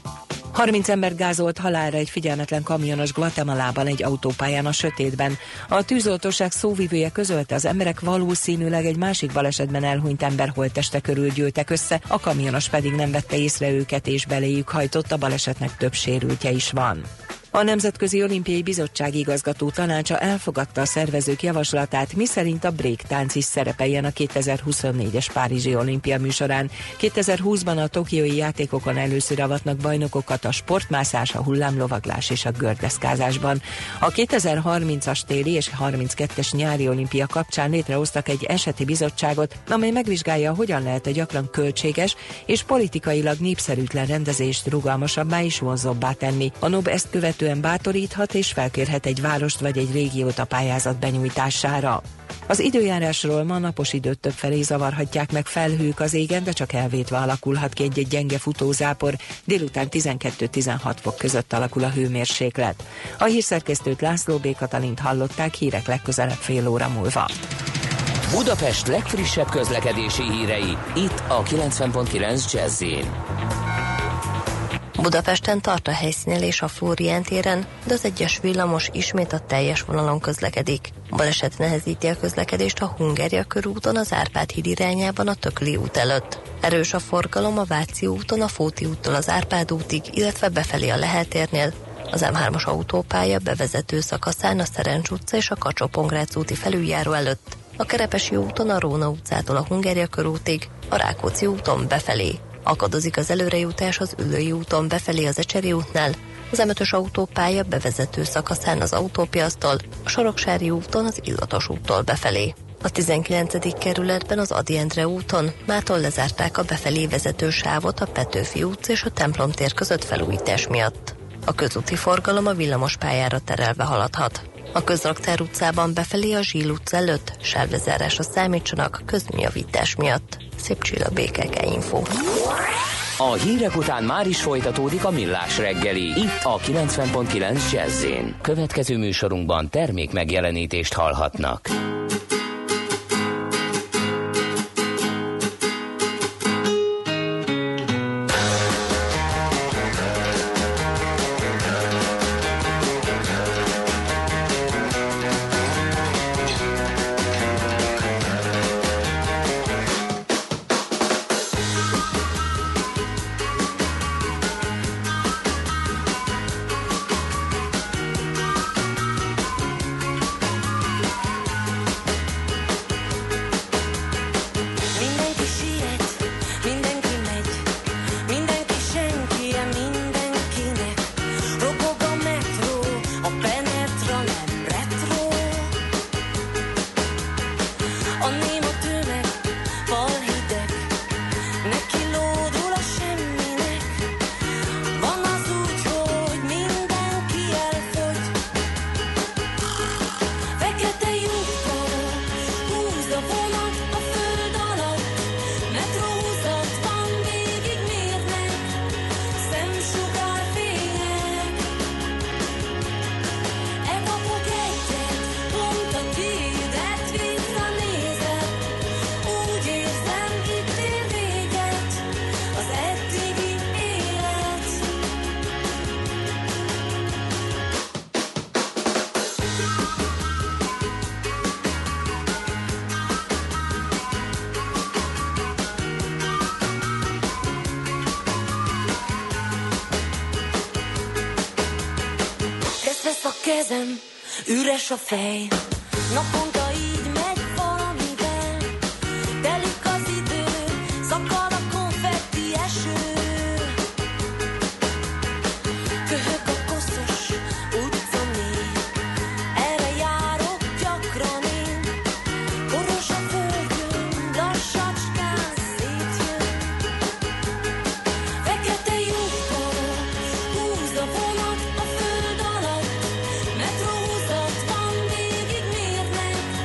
harminc ember gázolt halálra egy figyelmetlen kamionos Guatemalában egy autópályán a sötétben. A tűzoltóság szóvivője közölte, az emberek valószínűleg egy másik balesetben elhunyt ember holtteste körül gyűltek össze, a kamionos pedig nem vette észre őket és beléjük hajtott, a balesetnek több sérültje is van. A Nemzetközi Olimpiai Bizottság igazgató tanácsa elfogadta a szervezők javaslatát, miszerint a breaktánc is szerepeljen a kétezer-huszonnégyes Párizsi olimpia műsorán. kétezer-húszban a tokiói játékokon először avatnak bajnokokat a sportmászás, a hullámlovaglás és a gördeszkázásban. A kétezer-harmincas téli és harminckettes nyári olimpia kapcsán létrehoztak egy eseti bizottságot, amely megvizsgálja, hogyan lehet a gyakran költséges és politikailag népszerűtlen rendezést rugalmasabbá és vonzóbbá tenni. A NOB ezt követően bátoríthat és felkérhet egy várost vagy egy régiót a pályázat benyújtására. Az időjárásról: ma napos időt többfelé zavarhatják meg felhők az égen, de csak elvétve alakulhat ki egy-egy gyenge futózápor, délután tizenkettő-tizenhat fok között alakul a hőmérséklet. A hírszerkesztőt, László B. Katalint hallották, hírek legközelebb fél óra múlva. Budapest legfrissebb közlekedési hírei, itt a kilencven pont kilenc Jazz-in. Budapesten tart a helyszínelés a Flórián téren, de az egyes villamos ismét a teljes vonalon közlekedik. Baleset nehezíti a közlekedést a Hungária körúton az Árpád híd irányában a Tököli út előtt. Erős a forgalom a Váci úton a Fóti úttól az Árpád útig, illetve befelé a Lehel térnél, az M hármas autópálya bevezető szakaszán a Szerencs utca és a Kacsó-Pongrác úti felüljáró előtt, a Kerepesi úton a Róna utcától a Hungária körútig, a Rákóczi úton befelé. Akadozik az előrejutás az Üllői úton befelé az Ecseri útnál, az M ötös autópálya bevezető szakaszán az Autópiasztól, a Soroksári úton az Illatos úttól befelé. A tizenkilencedik kerületben az Ady Endre úton mától lezárták a befelé vezető sávot a Petőfi utca és a Templom tér között felújítás miatt. A közúti forgalom a villamospályára terelve haladhat. A Közraktár utcában befelé a Zsíl utca előtt sávlezárásra számítsanak közműjavítás miatt. Szép Csilla, bé ká ká Info. A hírek után már is folytatódik a Millás reggeli, itt a kilencven pont kilenc Jazz-in. Következő műsorunkban termék megjelenítést hallhatnak. Kezem, üres a fej, naponta így megy valamivel, telik az idő, szakad a konfetti eső, köhög a koszos utca mély, erre járok gyakran én, koros a földön, lassacskán szétjön, fekete lyukban húz a vonat a föld alatt, metrózat van végig mérnek,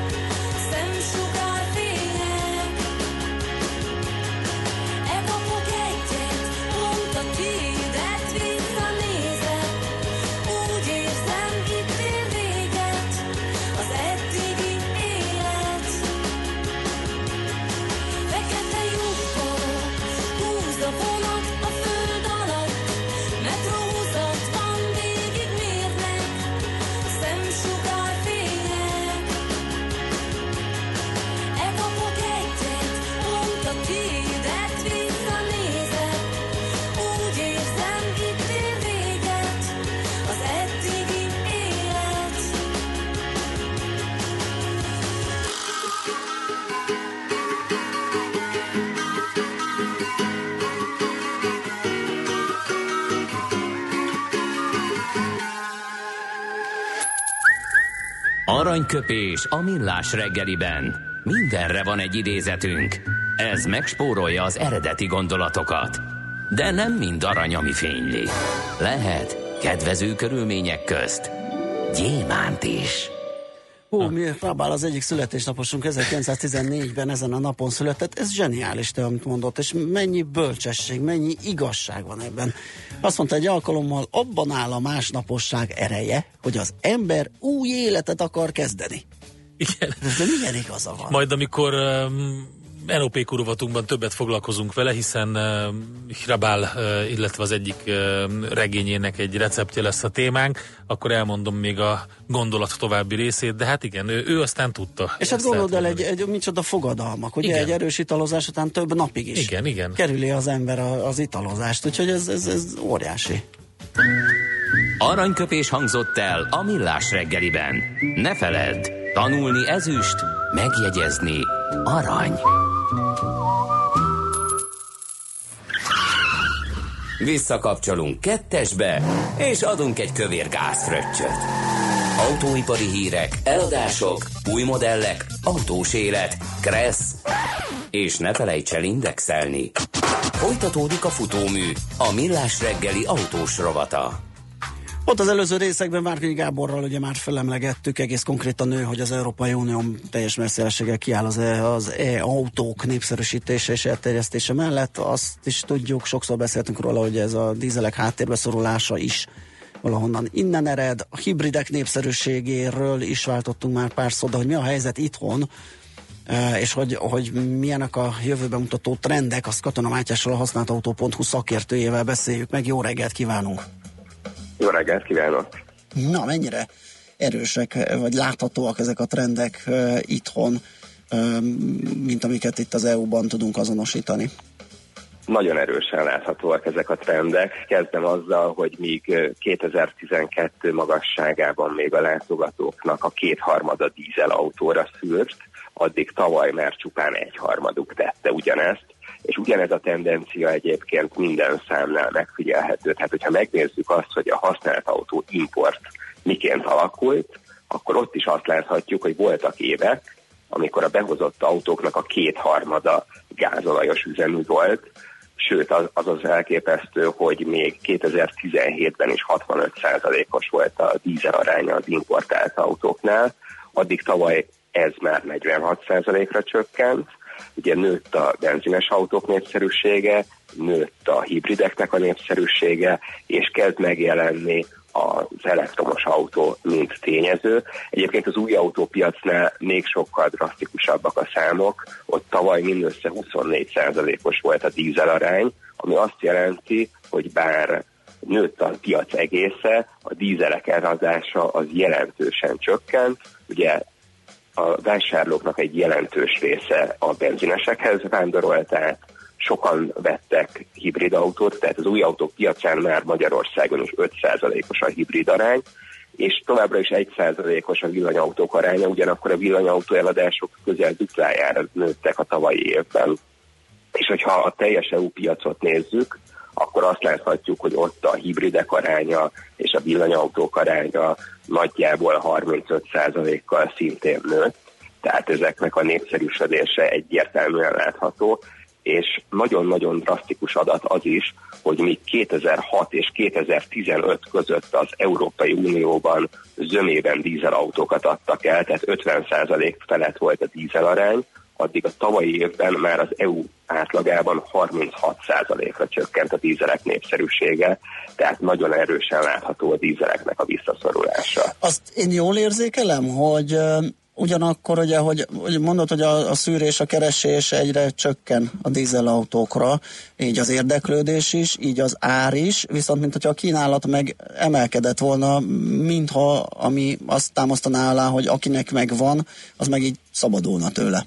Aranyköpés a millás reggeliben. Mindenre van egy idézetünk. Ez megspórolja az eredeti gondolatokat. De nem mind arany, ami fényli. Lehet kedvező körülmények közt gyémánt is. Hú, mi Rabál az egyik születésnaposunk ezerkilencszáztizennégyben ezen a napon született. Ez zseniális, te, amit mondott, és mennyi bölcsesség, mennyi igazság van ebben. Azt mondta egy alkalommal, abban áll a másnaposság ereje, hogy az ember új életet akar kezdeni. Igen. De milyen igaza van? Majd amikor um, en o pé kurovatunkban többet foglalkozunk vele, hiszen uh, Hrabál, uh, illetve az egyik uh, regényének egy receptje lesz a témánk, akkor elmondom még a gondolat további részét, de hát igen, ő, ő aztán tudta. És hát gondold el, egy, egy micsoda fogadalmak, ugye igen. Egy erős italozás után több napig is igen, igen. kerüli az ember a, az italozást, úgyhogy ez, ez, ez óriási. Aranyköpés hangzott el a millás reggeliben. Ne feledd, tanulni ezüst, megjegyezni arany. Visszakapcsolunk kettesbe, és adunk egy kövér gázfröccsöt. Autóipari hírek, eladások, új modellek, autós élet, kressz, és ne felejts el indexelni. Folytatódik a futómű, a millás reggeli autós rovata. Ott az előző részekben Várkonyi Gáborral ugye már felemlegettük, egész konkrétan ő, hogy az Európai Unió teljes messzélességgel kiáll az, e, az e-autók népszerűsítése és elterjesztése mellett. Azt is tudjuk, sokszor beszéltünk róla, hogy ez a dízelek háttérbe szorulása is valahonnan innen ered. A hibridek népszerűségéről is váltottunk már pár szó, de hogy mi a helyzet itthon, és hogy, hogy milyenek a jövőben mutató trendek, azt Katona Mátyással, a használtautó pont hu szakértőjével beszéljük meg. Jó reggelt kívánunk! Jó reggelt kívánok! Na, mennyire erősek, vagy láthatóak ezek a trendek uh, itthon, uh, mint amiket itt az é u-ban tudunk azonosítani? Nagyon erősen láthatóak ezek a trendek. Kezdem azzal, hogy míg kétezer-tizenkettő magasságában még a látogatóknak a kétharmada dízelautóra szűrt, addig tavaly már csupán egyharmaduk tette ugyanezt, és ugyanez a tendencia egyébként minden számnál megfigyelhető. Tehát, hogyha megnézzük azt, hogy a használt autó import miként alakult, akkor ott is azt láthatjuk, hogy voltak évek, amikor a behozott autóknak a kétharmada gázolajos üzemű volt, sőt az az, az elképesztő, hogy még kétezer-tizenhétben is hatvanöt százalékos volt a dízel aránya az importált autóknál, addig tavaly ez már negyvenhat százalékra csökkent. Ugye nőtt a benzines autók népszerűsége, nőtt a hibrideknek a népszerűsége, és kezd megjelenni az elektromos autó, mint tényező. Egyébként az új autópiacnál még sokkal drasztikusabbak a számok, ott tavaly mindössze huszonnégy százalékos volt a dízel arány, ami azt jelenti, hogy bár nőtt a piac egésze, a dízelek eladása az jelentősen csökkent. Ugye a vásárlóknak egy jelentős része a benzinesekhez vándorolt át, sokan vettek hibrid autót, tehát az új autók piacán már Magyarországon is öt százalékos a hibrid arány, és továbbra is egy százalékos a villanyautók aránya, ugyanakkor a villanyautó eladások közel duplájára nőttek a tavalyi évben. És hogyha a teljes é u piacot nézzük, akkor azt láthatjuk, hogy ott a hibridek aránya és a villanyautók aránya nagyjából harmincöt százalékkal szintén nőtt, tehát ezeknek a népszerűsödése egyértelműen látható, és nagyon-nagyon drasztikus adat az is, hogy míg kétezer-hat és kétezer-tizenöt között az Európai Unióban zömében dízelautókat adtak el, tehát ötven százalék felett volt a dízelarány, addig a tavalyi évben már az é u átlagában harminchat százalékra csökkent a dízelek népszerűsége, tehát nagyon erősen látható a dízeleknek a visszaszorulása. Azt én jól érzékelem, hogy uh, ugyanakkor ugye, hogy, hogy mondod, hogy a, a szűrés, a keresés egyre csökken a dízelautókra, így az érdeklődés is, így az ár is, viszont mint hogyha a kínálat meg emelkedett volna, mintha ami azt támasztaná alá, hogy akinek megvan, az meg így szabadulna tőle.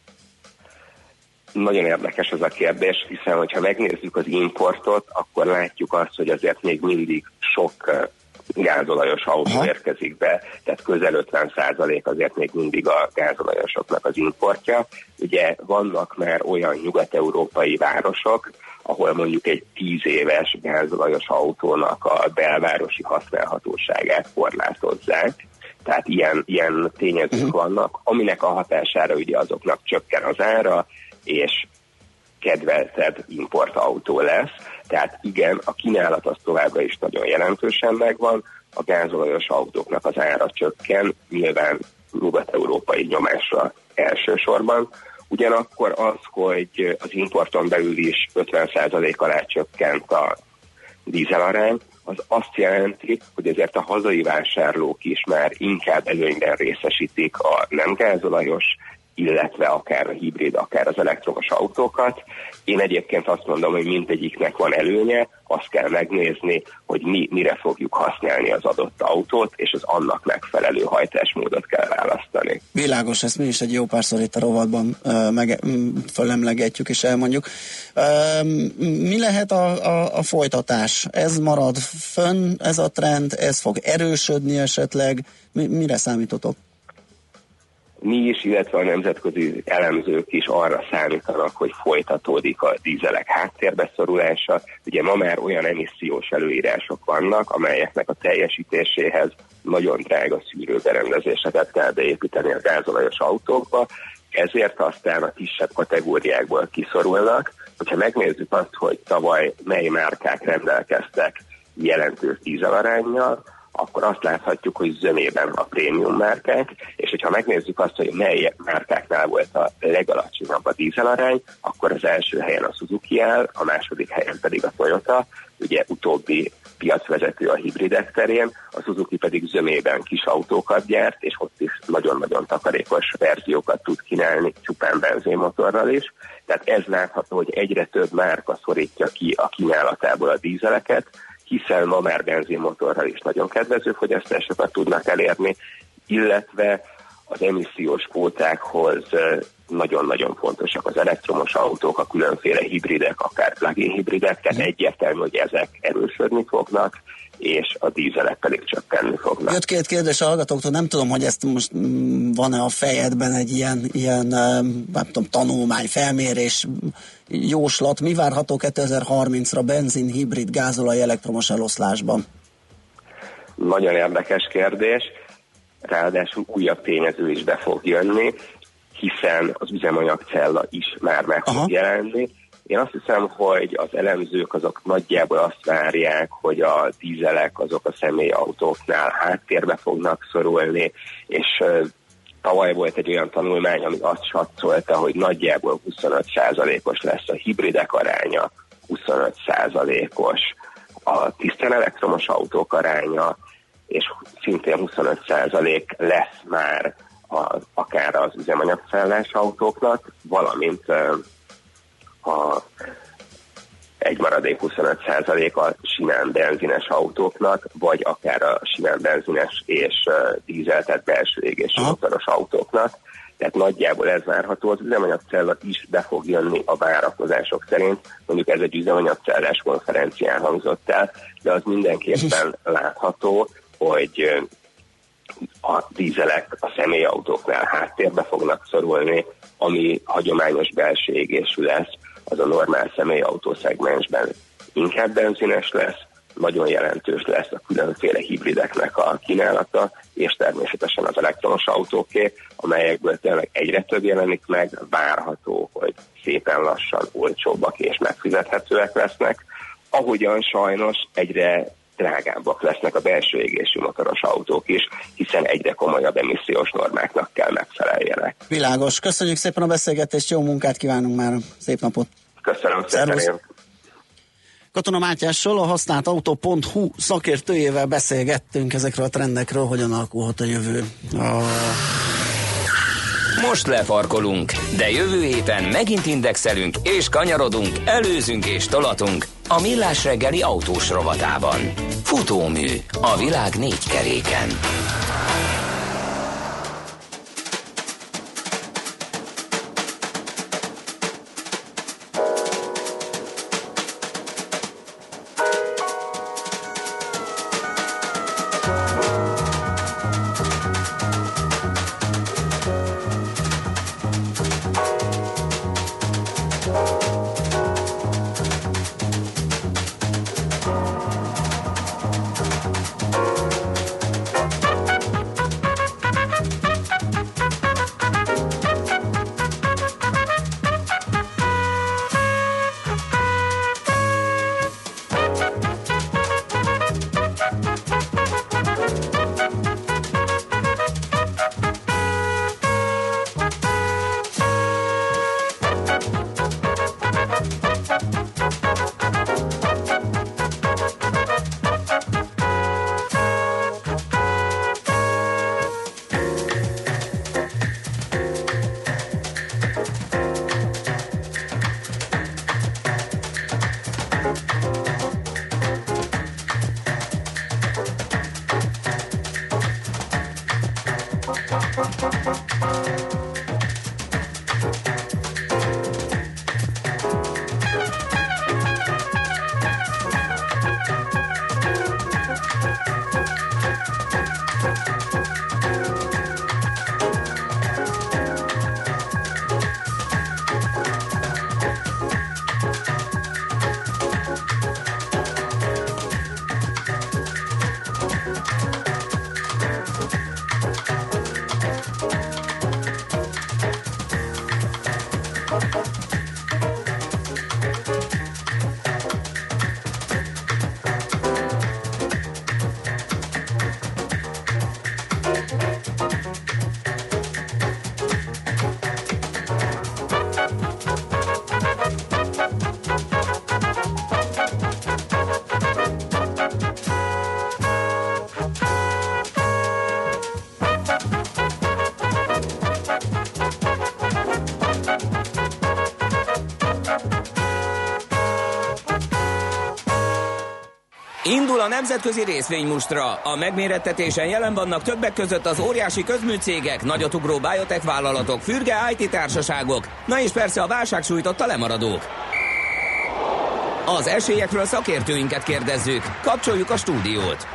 Nagyon érdekes ez a kérdés, hiszen hogyha megnézzük az importot, akkor látjuk azt, hogy azért még mindig sok gázolajos autó Aha. érkezik be, tehát közel ötven százalék azért még mindig a gázolajosoknak az importja. Ugye vannak már olyan nyugat-európai városok, ahol mondjuk egy tíz éves gázolajos autónak a belvárosi használhatóságát korlátozzák, Tehát ilyen, ilyen tényezők vannak, aminek a hatására ugye azoknak csökken az ára, és kedveltebb importautó lesz. Tehát igen, a kínálat az továbbra is nagyon jelentősen megvan, a gázolajos autóknak az ára csökken, nyilván nyugat-európai nyomásra elsősorban. Ugyanakkor az, hogy az importon belül is ötven százalék alá csökkent a dízelarány, az azt jelenti, hogy ezért a hazai vásárlók is már inkább előnyben részesítik a nem gázolajos, illetve akár a hibrid, akár az elektromos autókat. Én egyébként azt mondom, hogy mindegyiknek van előnye, azt kell megnézni, hogy mi mire fogjuk használni az adott autót, és az annak megfelelő hajtásmódot kell választani. Világos, ezt mi is egy jó párszor itt a rovatban uh, meg, um, fölemlegetjük és elmondjuk. Uh, mi lehet a, a, a folytatás? Ez marad fönn, ez a trend, ez fog erősödni esetleg? Mi, mire számítotok? Mi is, illetve a nemzetközi elemzők is arra számítanak, hogy folytatódik a dízelek háttérbeszorulása. Ugye ma már olyan emissziós előírások vannak, amelyeknek a teljesítéséhez nagyon drága szűrőberendezéseket kell beépíteni a gázolajos autókba, ezért aztán a kisebb kategóriákból kiszorulnak. Hogyha megnézzük azt, hogy tavaly mely márkák rendelkeztek jelentős dízelaránnyal, akkor azt láthatjuk, hogy zömében a prémium márkák, és hogyha megnézzük azt, hogy mely márkáknál volt a legalacsonyabb a dízelarány, akkor az első helyen a Suzuki áll, a második helyen pedig a Toyota, ugye utóbbi piacvezető a hibridek terén, a Suzuki pedig zömében kis autókat gyárt, és ott is nagyon-nagyon takarékos verziókat tud kínálni, csupán benzinmotorral is. Tehát ez látható, hogy egyre több márka szorítja ki a kínálatából a dízeleket, hiszen ma már benzinmotorral is nagyon kedvező fogyasztásokat tudnak elérni, illetve az emissziós kvótákhoz nagyon-nagyon fontosak az elektromos autók, a különféle hibridek, akár plug-in hibridek, tehát egyértelmű, hogy ezek erősödni fognak, és a dízelek pedig csökkenni fognak. Jött két kérdés a hallgatóktól, nem tudom, hogy ezt most van-e a fejedben egy ilyen, ilyen nem tudom, tanulmány, felmérés, jóslat, mi várható kétezer-harmincra benzin, hibrid, gázolaj, elektromos eloszlásban? Nagyon érdekes kérdés, ráadásul újabb tényező is be fog jönni, hiszen az üzemanyagcella is már meg fog jelenni. Én azt hiszem, hogy az elemzők azok nagyjából azt várják, hogy a dízelek azok a személyautóknál háttérbe fognak szorulni, és uh, tavaly volt egy olyan tanulmány, ami azt satszolta, hogy nagyjából huszonöt százalékos lesz a hibridek aránya, huszonöt százalékos a tisztán elektromos autók aránya, és szintén huszonöt százalék lesz már a, akár az üzemanyagcellás autóknak, valamint uh, a egy maradék huszonöt százalék a simán benzines autóknak, vagy akár a simán benzines és uh, dízel, tehát belső égésű motoros autóknak. Tehát nagyjából ez várható, az üzemanyagcella is be fog jönni a várakozások szerint. Mondjuk ez egy üzemanyagcellás konferencián hangzott el, de az mindenképpen látható, hogy a dízelek a személyautóknál háttérbe fognak szorulni, ami hagyományos belső égésű lesz, az a normál személyautó szegmensben inkább benzines lesz, nagyon jelentős lesz a különféle hibrideknek a kínálata, és természetesen az elektromos autóké, amelyekből tényleg egyre több jelenik meg, várható, hogy szépen lassan olcsóbbak és megfizethetőek lesznek, ahogyan sajnos egyre drágábbak lesznek a belső égésű motoros autók is, hiszen egyre komolyabb emissziós normáknak kell megfeleljenek. Világos. Köszönjük szépen a beszélgetést, jó munkát kívánunk már, szép napot! Köszönöm szépen! Katona Mátyással, a használt autó pont hu szakértőjével beszélgettünk ezekről a trendekről, hogyan alakulhat a jövő. A... Most lefarkolunk, de jövő héten megint indexelünk és kanyarodunk, előzünk és tolatunk a Millás reggeli autós rovatában. Futómű a világ négy keréken. Indul a nemzetközi részvénymustra. A megmérettetésen jelen vannak többek között az óriási közműcégek, nagyotugró biotech vállalatok, fürge i té társaságok, na és persze a válság sújtotta lemaradók. Az esélyekről szakértőinket kérdezzük. Kapcsoljuk a stúdiót.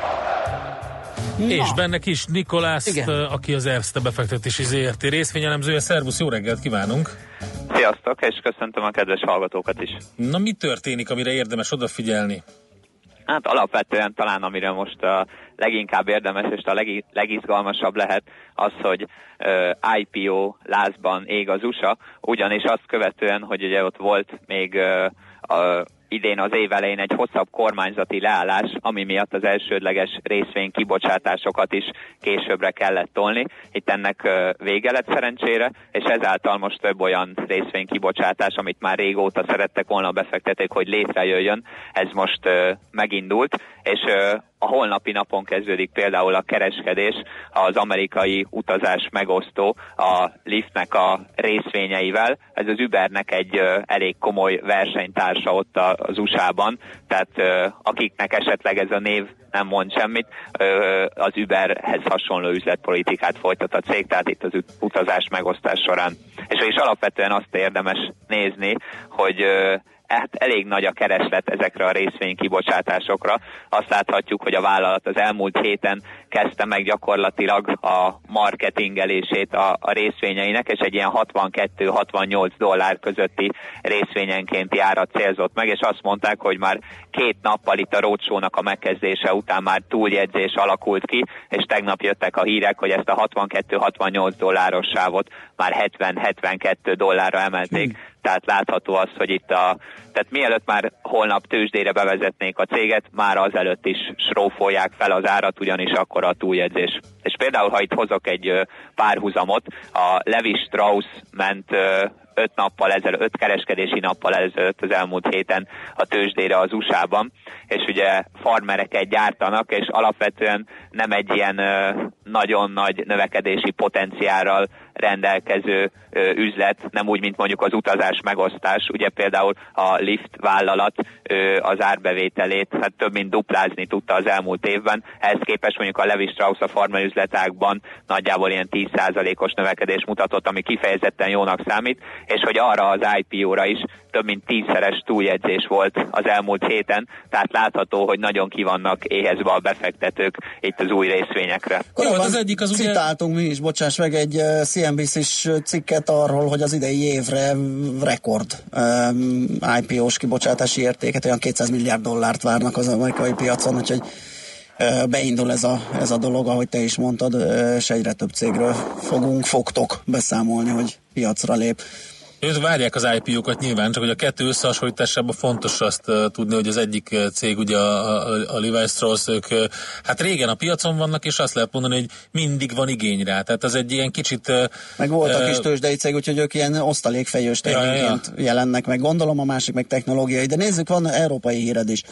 Na. És benne Kis Nikolászt, igen, aki az Erste befektetési zé er té részvényelemzője. Szervusz, jó reggelt kívánunk! Sziasztok, és köszöntöm a kedves hallgatókat is. Na, mi történik, amire érdemes odafigyelni? Hát alapvetően talán amire most a leginkább érdemes és a leg, legizgalmasabb lehet az, hogy uh, i pé o lázban ég az u es á, ugyanis azt követően, hogy ugye ott volt még uh, a idén az év elején egy hosszabb kormányzati leállás, ami miatt az elsődleges részvény kibocsátásokat is későbbre kellett tolni. Itt ennek vége lett szerencsére, és ezáltal most több olyan részvény kibocsátás, amit már régóta szerettek volna befektetők, hogy létrejöjjön, ez most megindult, és a holnapi napon kezdődik például a kereskedés az amerikai utazás megosztó, a Lyftnek a részvényeivel. Ez az Ubernek egy uh, elég komoly versenytársa ott az u es á-ban, tehát uh, akiknek esetleg ez a név nem mond semmit, uh, az Uberhez hasonló üzletpolitikát folytat a cég, tehát itt az utazás megosztás során. És is alapvetően azt érdemes nézni, hogy uh, hát elég nagy a kereslet ezekre a részvénykibocsátásokra. Azt láthatjuk, hogy a vállalat az elmúlt héten kezdte meg gyakorlatilag a marketingelését a, a részvényeinek, és egy ilyen hatvankettő-hatvannyolc dollár közötti részvényenkénti árat célzott meg, és azt mondták, hogy már két nappal itt a roadshow-nak a megkezdése után már túljegyzés alakult ki, és tegnap jöttek a hírek, hogy ezt a hatvankettő-hatvannyolc dolláros sávot már hetven-hetvenkettő dollárra emelték. Hmm. Tehát látható az, hogy itt a, tehát mielőtt már holnap tőzsdére bevezetnék a céget, már azelőtt is srófolják fel az árat, ugyanis akkor a túljegyzés. És például, ha itt hozok egy párhuzamot, a Levi Strauss ment öt nappal ezelőtt, öt kereskedési nappal ezelőtt az elmúlt héten a tőzsdére az u es á-ban, és ugye farmereket gyártanak, és alapvetően nem egy ilyen ö, nagyon nagy növekedési potenciálral rendelkező ö, üzlet, nem úgy, mint mondjuk az utazás megosztás. Ugye például a Lyft vállalat ö, az árbevételét hát több mint duplázni tudta az elmúlt évben, ehhez képest mondjuk a Levi Strauss a farmer üzletágban nagyjából ilyen tíz százalékos növekedés mutatott, ami kifejezetten jónak számít, és hogy arra az i pé ó-ra is több mint tízszeres túljegyzés volt az elmúlt héten, tehát látható, hogy nagyon kivannak éhezve a befektetők itt az új részvényekre. Jó, az egyik az citáltunk ugye... mi is, bocsáss meg, egy uh, cé en bé cés cikket arról, hogy az idei évre rekord um, i pé ó-s kibocsátási értéket, olyan kétszáz milliárd dollárt várnak az amerikai piacon, úgyhogy uh, beindul ez a, ez a dolog, ahogy te is mondtad, uh, és egyre több cégről fogunk, fogtok beszámolni, hogy piacra lép. Őt várják az i pé ó-kat nyilván, csak hogy a kettő összehasonlításában fontos azt uh, tudni, hogy az egyik cég, ugye a, a, a Levi Strauss, ők uh, hát régen a piacon vannak, és azt lehet mondani, hogy mindig van igény rá. Tehát ez egy ilyen kicsit... Uh, meg voltak uh, is tőzsdei cég, úgyhogy ők ilyen osztalékfejős termékként ja, ja. jelennek meg. Gondolom a másik meg technológiai, de nézzük, van európai híred is.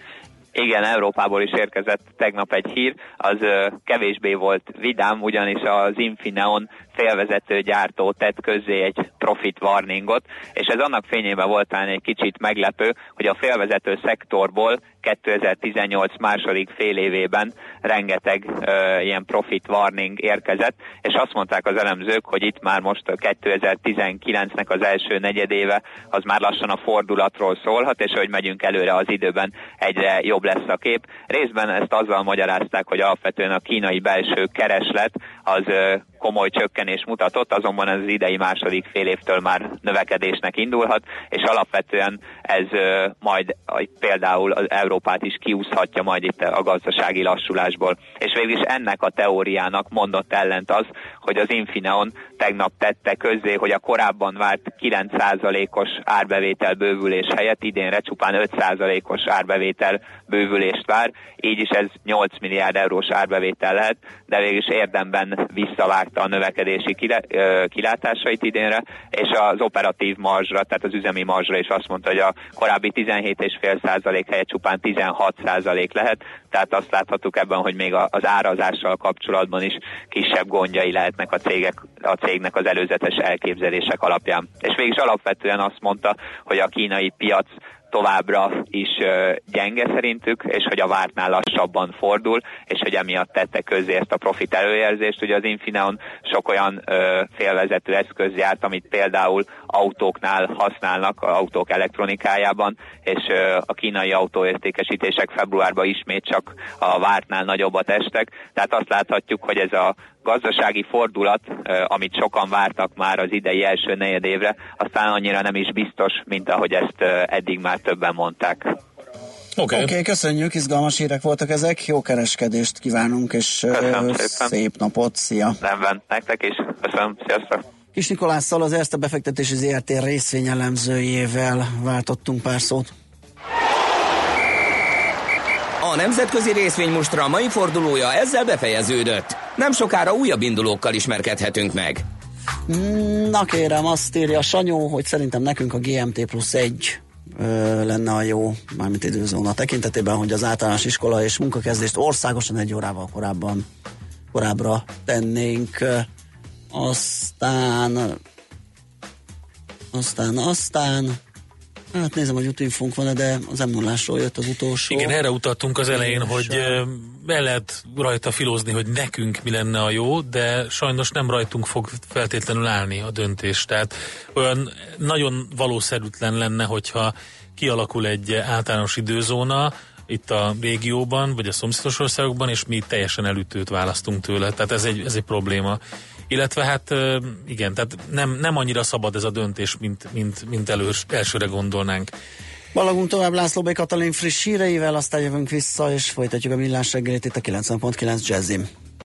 Igen, Európából is érkezett tegnap egy hír, az uh, kevésbé volt vidám, ugyanis az Infineon félvezető gyártó tett közzé egy profit warningot, és ez annak fényében volt talán egy kicsit meglepő, hogy a félvezető szektorból kétezer-tizennyolc második fél évében rengeteg uh, ilyen profit warning érkezett, és azt mondták az elemzők, hogy itt már most a kétezer-tizenkilencnek az első negyedéve az már lassan a fordulatról szólhat, és hogy megyünk előre az időben egyre jobb lesz a kép. Részben ezt azzal magyarázták, hogy alapvetően a kínai belső kereslet az uh, komoly csökkenés mutatott, azonban ez az idei második fél évtől már növekedésnek indulhat, és alapvetően ez uh, majd uh, például az Európát is kiúszhatja majd itt a gazdasági lassulásból. És végül is ennek a teóriának mondott ellent az, hogy az Infineon tegnap tette közzé, hogy a korábban várt kilenc százalékos árbevétel bővülés helyett idénre csupán öt százalékos árbevétel bővülést vár, így is ez nyolc milliárd eurós árbevétel lehet, de végül is érdemben visszavágta a növekedési kilátásait idénre, és az operatív marzsra, tehát az üzemi marzsra is azt mondta, hogy a korábbi tizenhét egész öt százalék helyett csupán tizenhat százalék lehet, tehát azt láthatjuk ebben, hogy még az árazással kapcsolatban is kisebb gondjai lehetnek a cégek, a cégnek az előzetes elképzelések alapján. És végig alapvetően azt mondta, hogy a kínai piac továbbra is gyenge szerintük, és hogy a vártnál lassabban fordul, és hogy emiatt tette közzé ezt a profit előjelzést. Ugye az Infineon sok olyan ö, félvezető eszköz járt, amit például autóknál használnak, autók elektronikájában, és ö, a kínai autóértékesítések februárban ismét csak a vártnál nagyobbat estek. Tehát azt láthatjuk, hogy ez a gazdasági fordulat, amit sokan vártak már az idei első negyedévre, aztán annyira nem is biztos, mint ahogy ezt eddig már többen mondták. Oké, okay. okay, köszönjük, izgalmas hírek voltak ezek, jó kereskedést kívánunk, és uh, szép napot, szia! Nem, nektek is, köszönöm, sziasztok! Kis Nikolásszal, az Erste befektetési zé er té részvényelemzőjével váltottunk pár szót. A nemzetközi részvénymustra mai fordulója ezzel befejeződött. Nem sokára újabb indulókkal ismerkedhetünk meg. Na kérem, azt írja Sanyó, hogy szerintem nekünk a gé em té plusz egy ö, lenne a jó, mármint időzóna tekintetében, hogy az általános iskola és munkakezdést országosan egy órával korábban korábbra tennénk. Aztán aztán, aztán hát nézem, hogy útinfónk van, de az em nullásról jött az utolsó. Igen, erre utaltunk az elején, és hogy el lehet rajta filózni, hogy nekünk mi lenne a jó, de sajnos nem rajtunk fog feltétlenül állni a döntés. Tehát olyan nagyon valószerűtlen lenne, hogyha kialakul egy általános időzóna itt a régióban, vagy a szomszédos országokban, és mi teljesen elütőt választunk tőle. Tehát ez egy, ez egy probléma. Illetve hát igen, tehát nem, nem annyira szabad ez a döntés, mint, mint, mint elős, elsőre gondolnánk. Ballagunk tovább László B. Katalin friss híreivel, aztán jövünk vissza, és folytatjuk a millás reggelit itt a kilencven pont kilenc Jazzin.